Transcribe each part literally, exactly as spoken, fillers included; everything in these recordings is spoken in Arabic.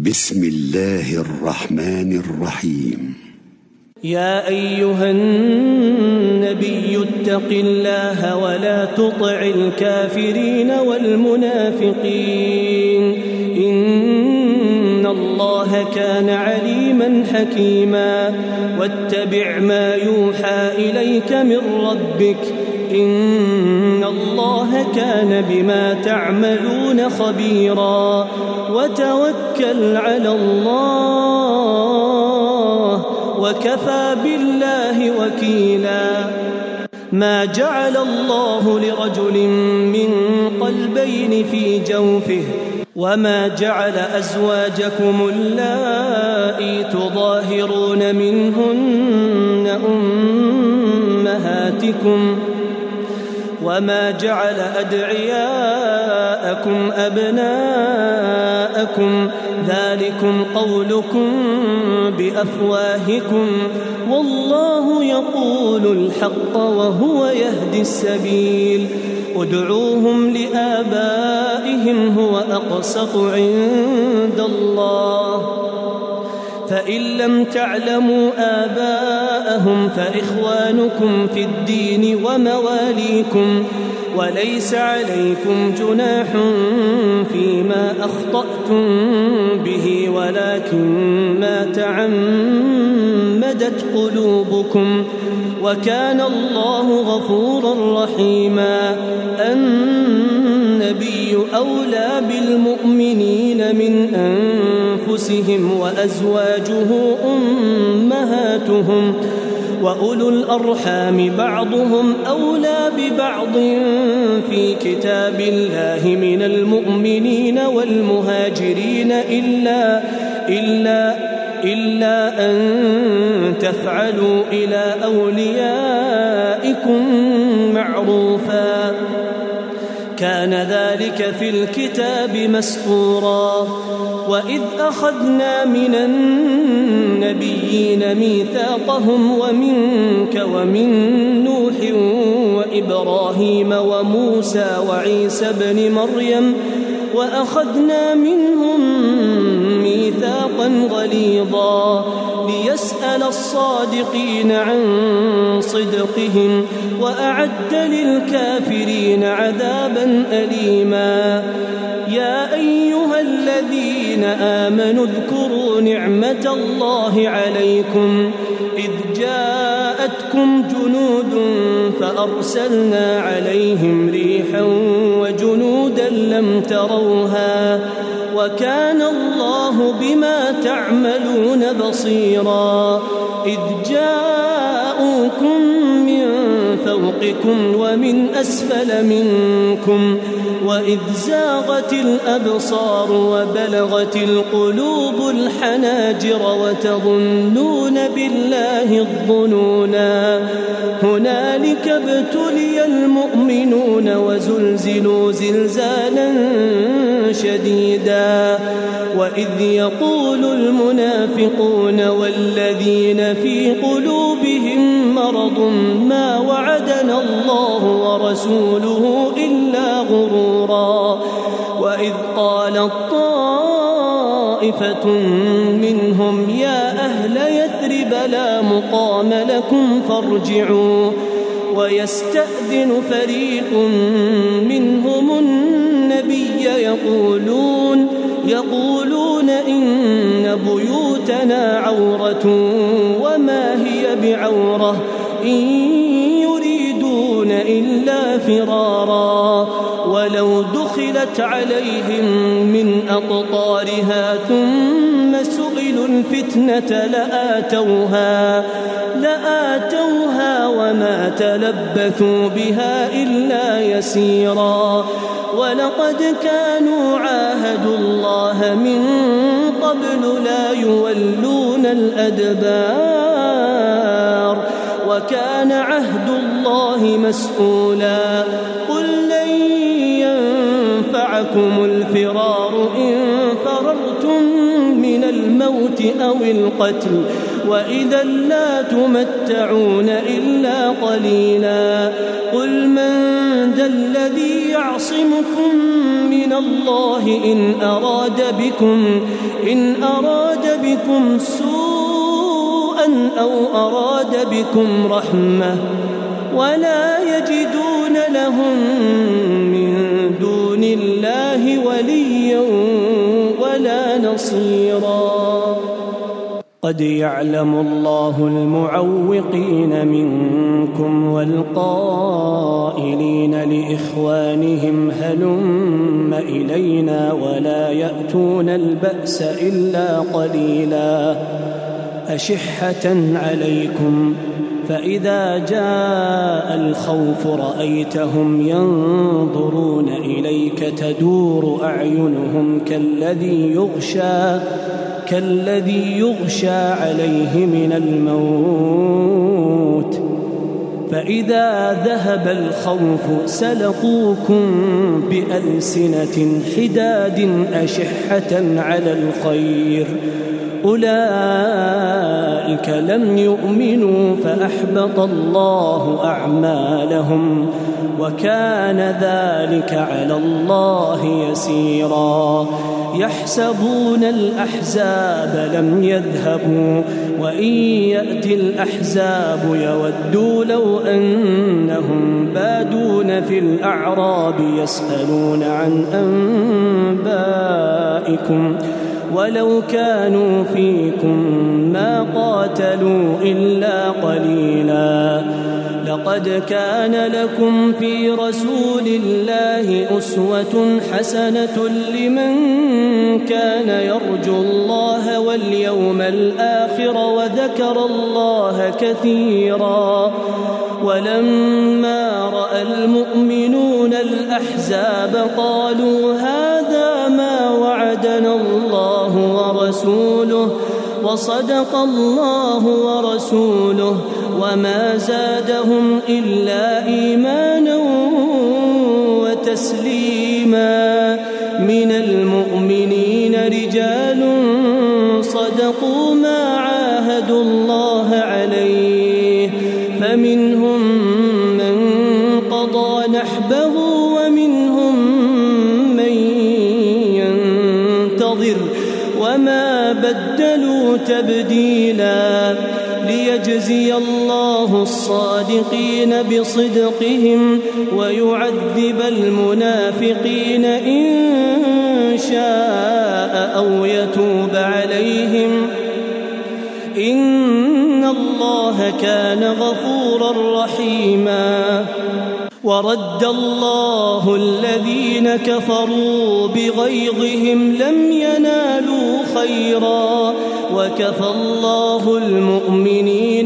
بسم الله الرحمن الرحيم. يا أيها النبي اتق الله ولا تطع الكافرين والمنافقين إن الله كان عليما حكيما. واتبع ما يوحى إليك من ربك إن الله كان بما تعملون خبيرا. وتوكل على الله وكفى بالله وكيلا. ما جعل الله لرجل من قلبين في جوفه وما جعل أزواجكم اللائي تظاهرون منهن أمهاتكم وما جعل أدعياءكم أبناءكم ذلكم قولكم بأفواهكم والله يقول الحق وهو يهدي السبيل. ادعوهم لآبائهم هو أقسط عند الله فإن لم تعلموا آباءهم فإخوانكم في الدين ومواليكم وليس عليكم جناح فيما أخطأتم به ولكن ما تعمدت قلوبكم وكان الله غفورا رحيما. النبي أولى بالمؤمنين من أنفسهم وأزواجه أمهاتهم وأولو الأرحام بعضهم أولى ببعض في كتاب الله من المؤمنين والمهاجرين إلا إلا إلا أن تفعلوا إلى أوليائكم معروفا كان ذلك في الكتاب مسطورا. وإذ أخذنا من النبيين ميثاقهم ومنك ومن نوح وإبراهيم وموسى وعيسى بن مريم وأخذنا منهم ميثاقا غليظا ليسأل الصادقين عن صدقهم وأعد للكافرين عذابا أليما. يا أيها الذين آمنوا اذكروا نعمة الله عليكم إذ جاءتكم جنود فأرسلنا عليهم ريحا وجنودا لم تروها وكان الله بما تعملون بصيرا. إذ جاءوكم من فوقكم ومن أسفل منكم وإذ زاغت الأبصار وبلغت القلوب الحناجر وتظنون بالله الظنونا. هنالك ابتلي المؤمنون وزلزلوا زلزالا شديدا. وإذ يقول المنافقون والذين في قلوبهم مرض ما وعدنا الله ورسوله إلا غرورا. وإذ قالت طائفة منهم يا أهل يثرب لا مقام لكم فارجعوا ويستأذن فريق منهم النبي يقولون يقولون إن بيوتنا عورة وما هي بعورة إن يريدون إلا فرارا. ولو دخلت عليهم من أقطارها ثم سئلوا الفتنة لآتوها لآتوها وما تلبثوا بها إلا يسيرا. ولقد كانوا عاهدوا الله من قبل لا يولون الأدبار وكان عهد الله مسؤولا. قل لن ينفعكم الفرار إن فررتم من الموت أو القتل وإذا لا تمتعون إلا قليلا. قل من ذا الذي يعصمكم من الله إن أراد بكم إن أراد بكم سوءا أو أراد بكم رحمة ولا يجدون لهم من دون الله وليا ولا نصيرا. قد يعلم الله المعوقين منكم والقائلين لإخوانهم هلم إلينا ولا يأتون البأس إلا قليلا أشحة عليكم فإذا جاء الخوف رأيتهم ينظرون إليك تدور أعينهم كالذي يغشى كالذي يغشى عليه من الموت فإذا ذهب الخوف سلقوكم بألسنة حداد أشحة على الخير أولئك لم يؤمنوا فأحبط الله أعمالهم وكان ذلك على الله يسيرا. يحسبون الأحزاب لم يذهبوا وإن يأتي الأحزاب يودوا لو أنهم بادون في الأعراب يسألون عن أنبائكم ولو كانوا فيكم ما قاتلوا إلا قليلا. لقد كان لكم في رسول الله أسوة حسنة لمن كان يرجو الله واليوم الآخر وذكر الله كثيرا. ولما رأى المؤمنون الأحزاب قالوا هذا ما وعدنا الله ورسوله وصدق الله ورسوله وما زادهم إلا إيمانا وتسليما. من المؤمنين رجال صدقوا ما عاهدوا الله عليه فمنهم من قضى نحبه ومنهم من ينتظر وما بدلوا تبديلا. ليجزي الله الصادقين بصدقهم ويعذب المنافقين إن شاء أو يتوب عليهم إن الله كان غفورا رحيما. ورد الله الذين كفروا بغيظهم لم ينالوا خيرا وكفى الله المؤمنين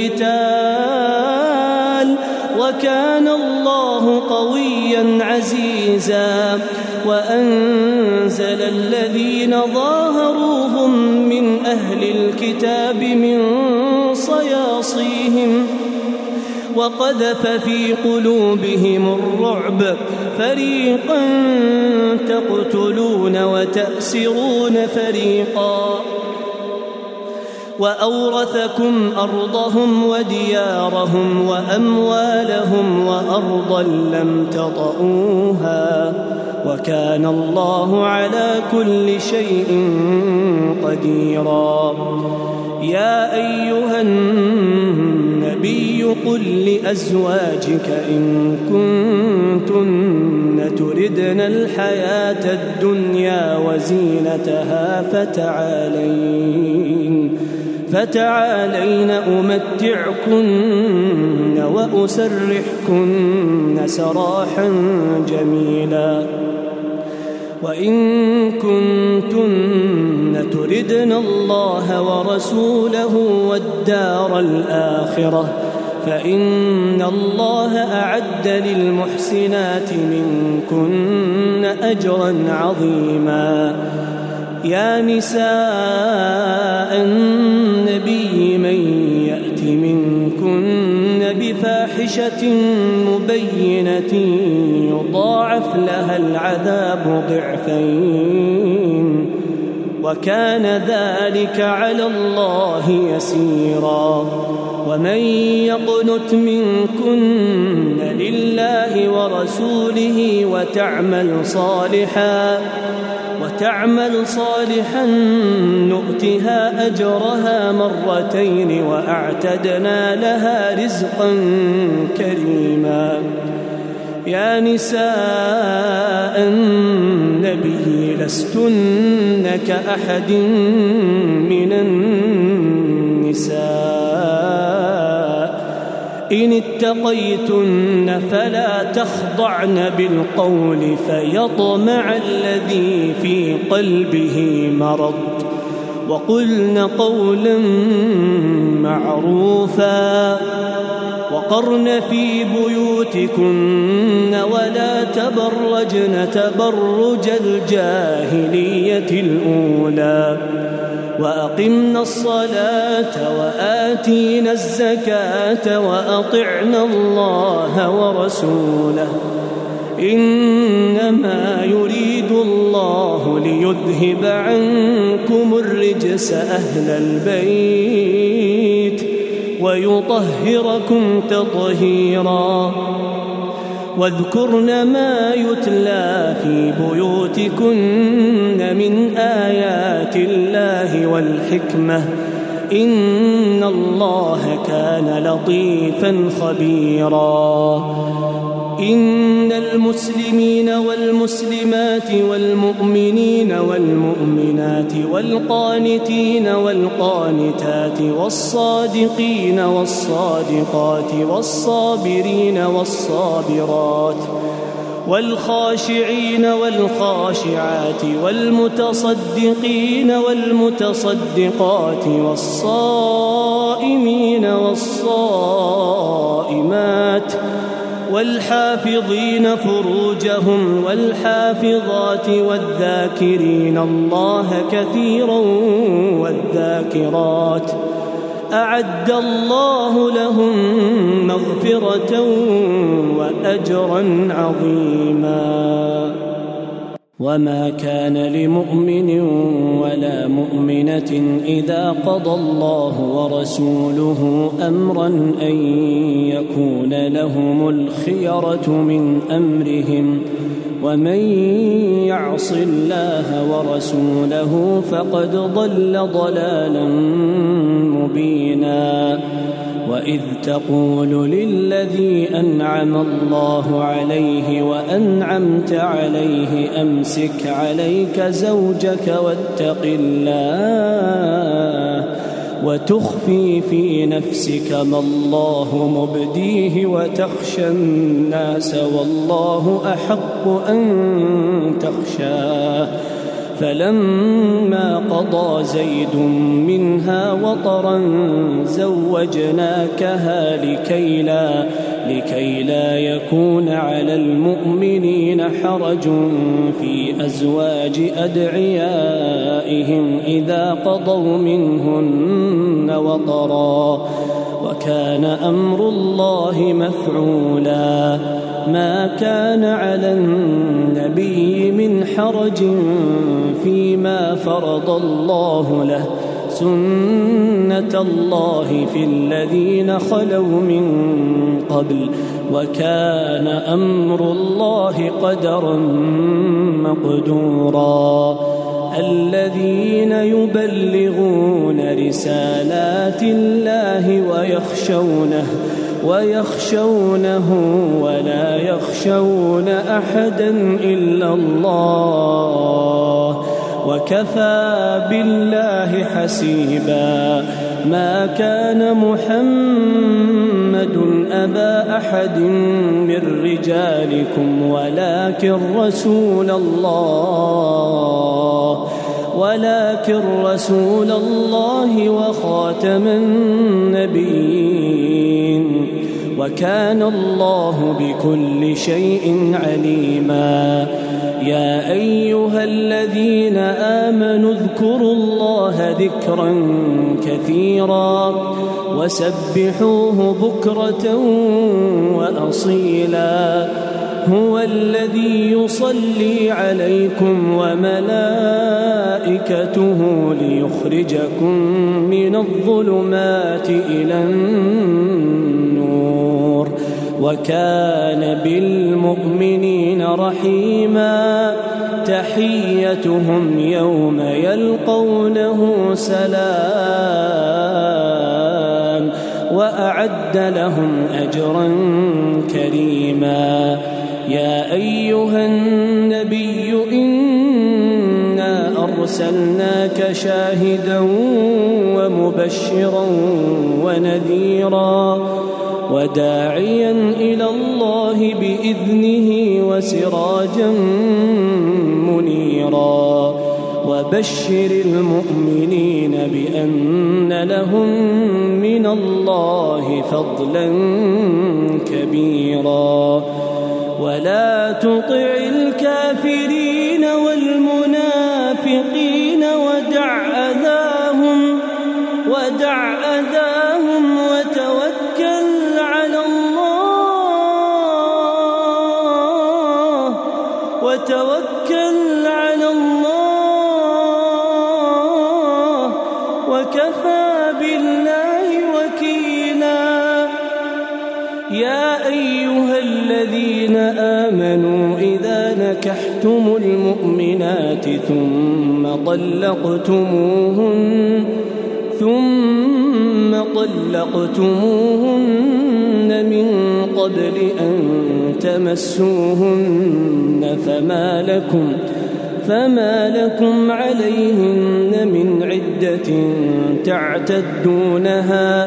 القتال وكان الله قويا عزيزا. وأنزل الذين ظاهروهم من أهل الكتاب من صياصيهم وقذف في قلوبهم الرعب فريقا تقتلون وتأسرون فريقا. وأورثكم أرضهم وديارهم وأموالهم وأرضا لم تطئوها وكان الله على كل شيء قديرا. يا أيها النبي قل لأزواجك إن كنتن تردن الحياة الدنيا وزينتها فتعالين فتعالين أمتعكن وأسرحكن سراحا جميلا. وإن كنتن تردن الله ورسوله والدار الآخرة فإن الله أعد للمحسنات منكن أجرا عظيما. يا نساء النبي من يأت منكن بفاحشة مبينة يضاعف لها العذاب ضعفين وكان ذلك على الله يسيرا. ومن يقنت منكن لله ورسوله وتعمل صالحا وتعمل صالحا نؤتها أجرها مرتين وأعتدنا لها رزقا كريما. يا نساء النبي لستن كأحد من النساء إن اتقيتن فلا تخضعن بالقول فيطمع الذي في قلبه مرض وقلن قولا معروفا وقرن في بيوتكن ولا تبرجن تبرج الجاهلية الأولى وأقمنا الصلاة وآتينا الزكاة وأطعنا الله ورسوله إنما يريد الله ليذهب عنكم الرجس أهل البيت ويطهركم تطهيرا. واذكرن ما يتلى في بيوتكن من آيات الله والحكمة إن الله كان لطيفا خبيرا. إن المسلمين والمسلمات والمؤمنين والمؤمنات والقانتين والقانتات والصادقين والصادقات والصابرين والصابرات والخاشعين والخاشعات والمتصدقين والمتصدقات والصائمين والصائمات والحافظين فروجهم والحافظات والذاكرين الله كثيرا والذاكرات أعد الله لهم مغفرة وأجرا عظيما. وما كان لمؤمن ولا مؤمنة إذا قضى الله ورسوله أمرا أن يكون لهم الخيرة من أمرهم ومن يعص الله ورسوله فقد ضل ضلالا مبينا. وإذ تقول للذي أنعم الله عليه وأنعمت عليه أمسك عليك زوجك واتق الله وتخفي في نفسك ما الله مبديه وتخشى الناس والله أحق أن تخشاه. فلما قضى زيد منها وطرا زوجناكها لكي لا, لكي لا يكون على المؤمنين حرج في أزواج أدعيائهم إذا قضوا منهن وطرا وكان أمر الله مفعولا. ما كان على النبي من حرج فيما فرض الله له سنة الله في الذين خلوا من قبل وكان أمر الله قدرا مقدورا. الذين يبلغون رسالات الله ويخشونه ويخشونه ولا يخشون أحدا إلا الله وكفى بالله حسيبا. ما كان محمد أبا أحد من رجالكم ولكن رسول الله ولكن رسول الله وخاتم النبيين وكان الله بكل شيء عليما. يا أيها الذين آمنوا اذكروا الله ذكرا كثيرا وسبحوه بكرة وأصيلا. هو الذي يصلي عليكم وملائكته ليخرجكم من الظلمات إلى النور وكان بالمؤمنين رحيما تحيتهم يوم يلقونه سلام وأعد لهم أجرا كريما يا أيها النبي إنا أرسلناك شاهدا ومبشرا ونذيرا وداعيا إلى الله بإذنه وسراجا منيرا وبشر المؤمنين بأن لهم من الله فضلا كبيرا ولا تطع الكافرين والمنافقين ودع أذاهم ودع أذاهم وتوكل على الله وتوكل على الله وكفى بالله وكيلا يا أيها الذين آمنوا إذا نكحتم المؤمنات ثم طلقتموهن ثم طلقتموهن من قبل أن تمسوهن فما لكم فما لكم عليهن من عدة تعتدونها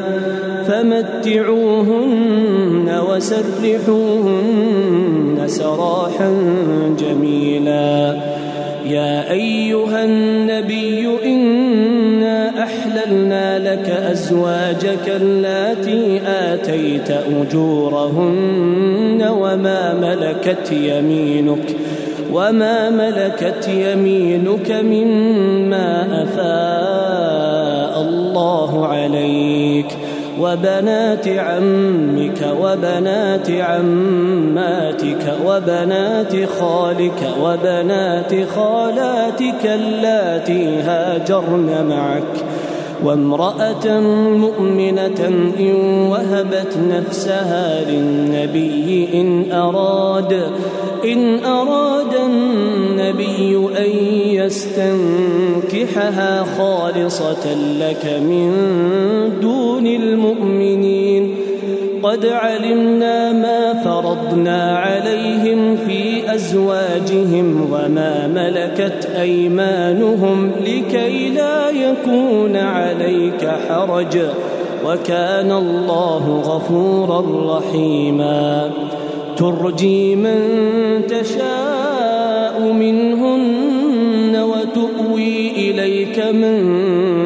فمتعوهن وسرحوهن سراحا جميلا يا أيها النبي إنا أحللنا لك أزواجك اللاتي آتيت أجورهن وما ملكت يمينك وما ملكت يمينك مما أفاء الله عليك وبنات عمك وبنات عماتك وبنات خالك وبنات خالاتك اللاتي هاجرن معك وامرأة مؤمنة إن وهبت نفسها للنبي إن أراد إن أراد النبي أن يستنكحها خالصة لك من دون المؤمنين قد علمنا ما فرضنا عليهم في أزواجهم وما ملكت أيمانهم لكي لا يكون عليك حرج وكان الله غفورا رحيما ترجي من تشاء منهن وتؤوي إليك من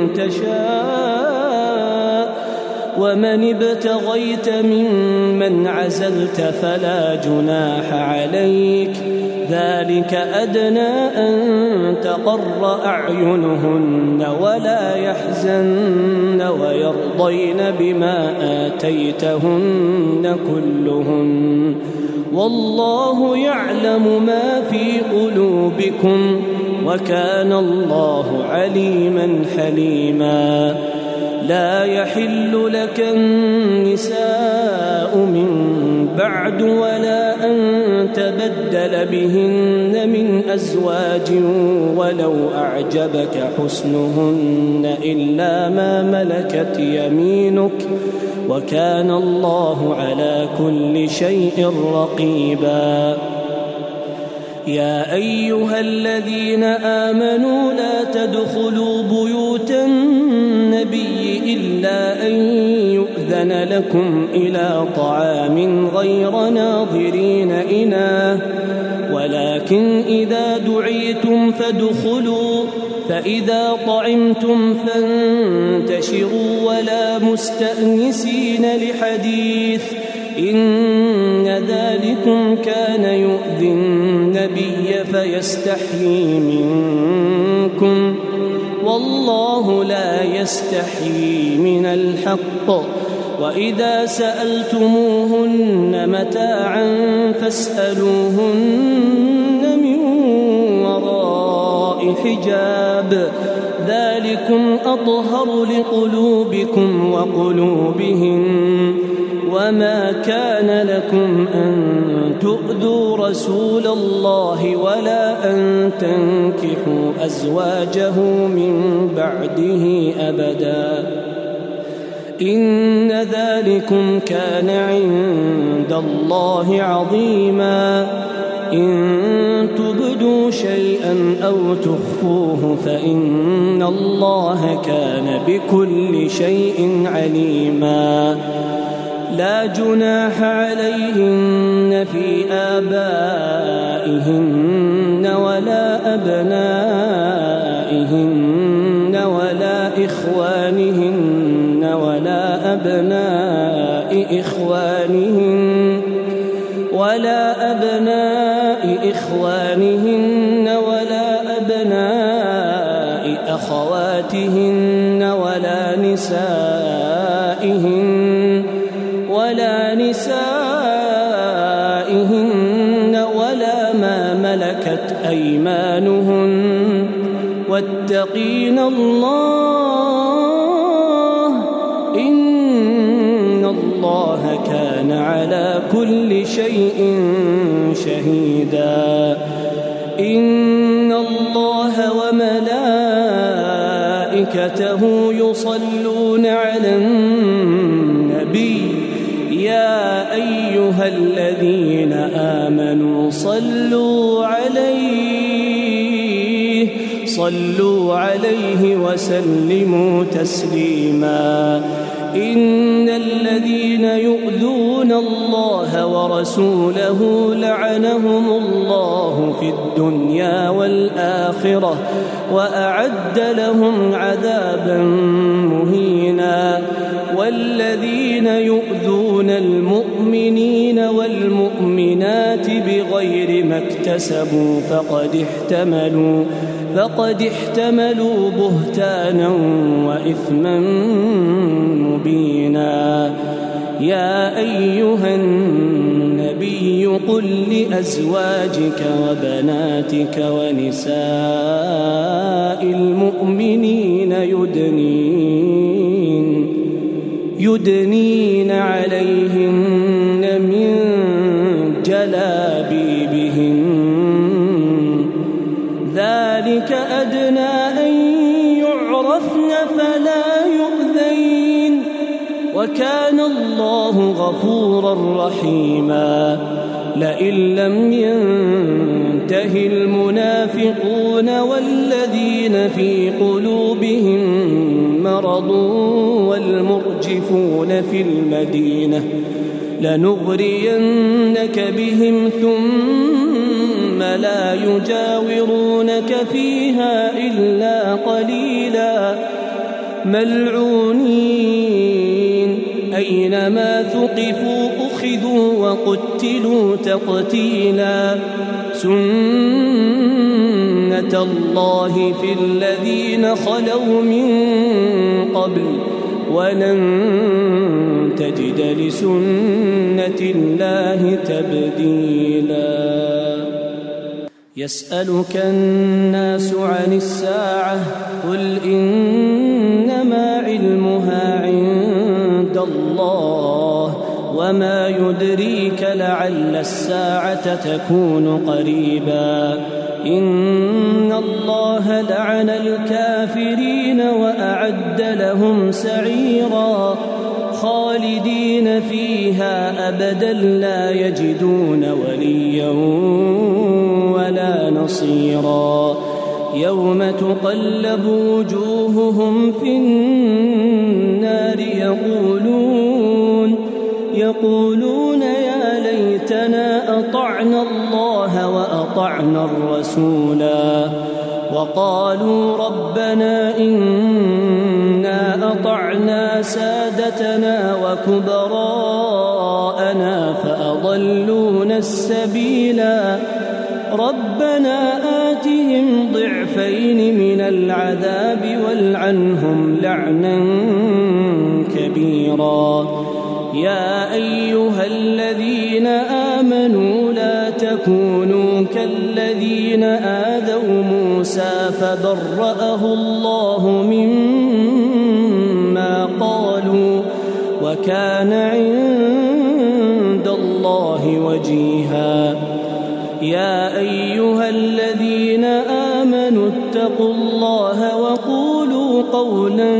تشاء ومن ابتغيت ممن عزلت فلا جناح عليك ذلك أدنى أن تقر أعينهن ولا يحزن ويرضين بما آتيتهن كلهن والله يعلم ما في قلوبكم وكان الله عليما حليما لا يحل لك النساء من بعد ولا أن تبدل بهن من أزواج ولو أعجبك حسنهن إلا ما ملكت يمينك وكان الله على كل شيء رقيبا يا أيها الذين آمنوا لا تدخلوا بيوت النبي إلا أن يؤذن لكم إلى طعام غير ناظرين إناه ولكن إذا دعيتم فادخلوا فإذا طعمتم فانتشروا ولا مستأنسين لحديث إن ذلكم كان يؤذي النبي فيستحيي منكم والله لا يستحيي من الحق وإذا سألتموهن متاعا فاسألوهن من وراء حجاب ذلكم أطهر لقلوبكم وقلوبهم وما كان لكم أن تؤذوا رسول الله ولا أن تنكحوا أزواجه من بعده أبدا إن ذلكم كان عند الله عظيما إن تبدوا شيئا أو تخفوه فإن الله كان بكل شيء عليما لا جناح عليهن في آبائهن ولا أبنائهن ولا إخوانهن ولا أبناء إخوانهن ولا أبناء إخوانهن ولا أبناء أخواتهن ولا نسائهن ولا نسائهن ولا ما ملكت أيمانهن واتقين الله إن الله كان على كل شيء شهيدا إن الله وملائكته يصلون على النبي يا أيها الذين آمنوا صلوا عليه صلوا عليه وسلموا تسليما إن الذين يؤذون الله ورسوله لعنهم الله في الدنيا والآخرة وأعد لهم عذابا مهينا والذين يؤذون المؤمنين والمؤمنات بغير ما اكتسبوا فقد احتملوا فقد احتملوا بهتانا وإثما مبينا يا أيها النبي قل لأزواجك وبناتك ونساء المؤمنين يدنين يدنين عليهن من جلابيبهن ذلك أدنى أن يعرفن فلا يؤذين وكان الله غفورا رحيما لئن لم ينته المنافقون والذين في قلوبهم مرض والمرجفون في المدينة لنغرينك بهم ثم لا يجاورونك فيها إلا قليلا ملعونين أينما ثقفوا أخذوا وقتلوا تقتيلا سنة الله في الذين خلوا من قبل ولن تجد لسنة الله تبديلا يسألك الناس عن الساعة قل إنما علمها عند الله وما يدريك لعل الساعة تكون قريبا إن الله لعن الكافرين وأعد لهم سعيرا خالدين فيها أبدا لا يجدون وليا ولا نصيرا يوم تقلب وجوههم في النار يقولون يقولون يا ليتنا أطعنا الله وأطعنا الرسولا وقالوا ربنا إنا أطعنا سادتنا وكبراءنا فأضلونا السبيلا ربنا آتهم ضعفين من العذاب والعنهم لعنا كبيرا يا أيها الذين آمنوا لا تكونوا كالذين آذوا موسى فبرأه الله مما قالوا وكان عند الله وجيها يا أيها الذين آمنوا اتقوا الله وقولوا قولا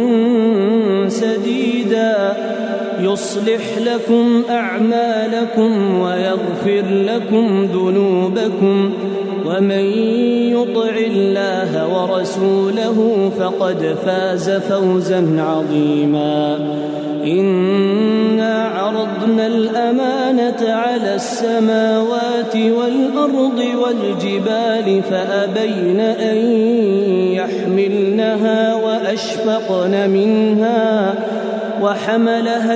سديدا يصلح لكم أعمالكم ويغفر لكم ذنوبكم ومن يطع الله ورسوله فقد فاز فوزا عظيما إنا عرضنا الأمانة على السماوات والأرض والجبال فأبين أن يحملنها وأشفقن منها وحملها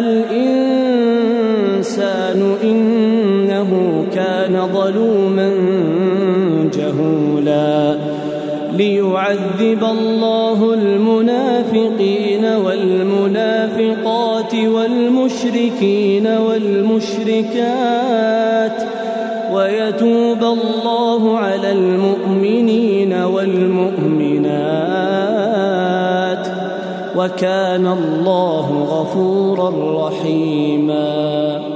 الإنسان إنه كان ظلوما جهولا ليعذب الله المنافقين والمنافقات والمشركين والمشركات ويتوب الله على المؤمنين والمؤمنات وكان الله غفورا رحيما.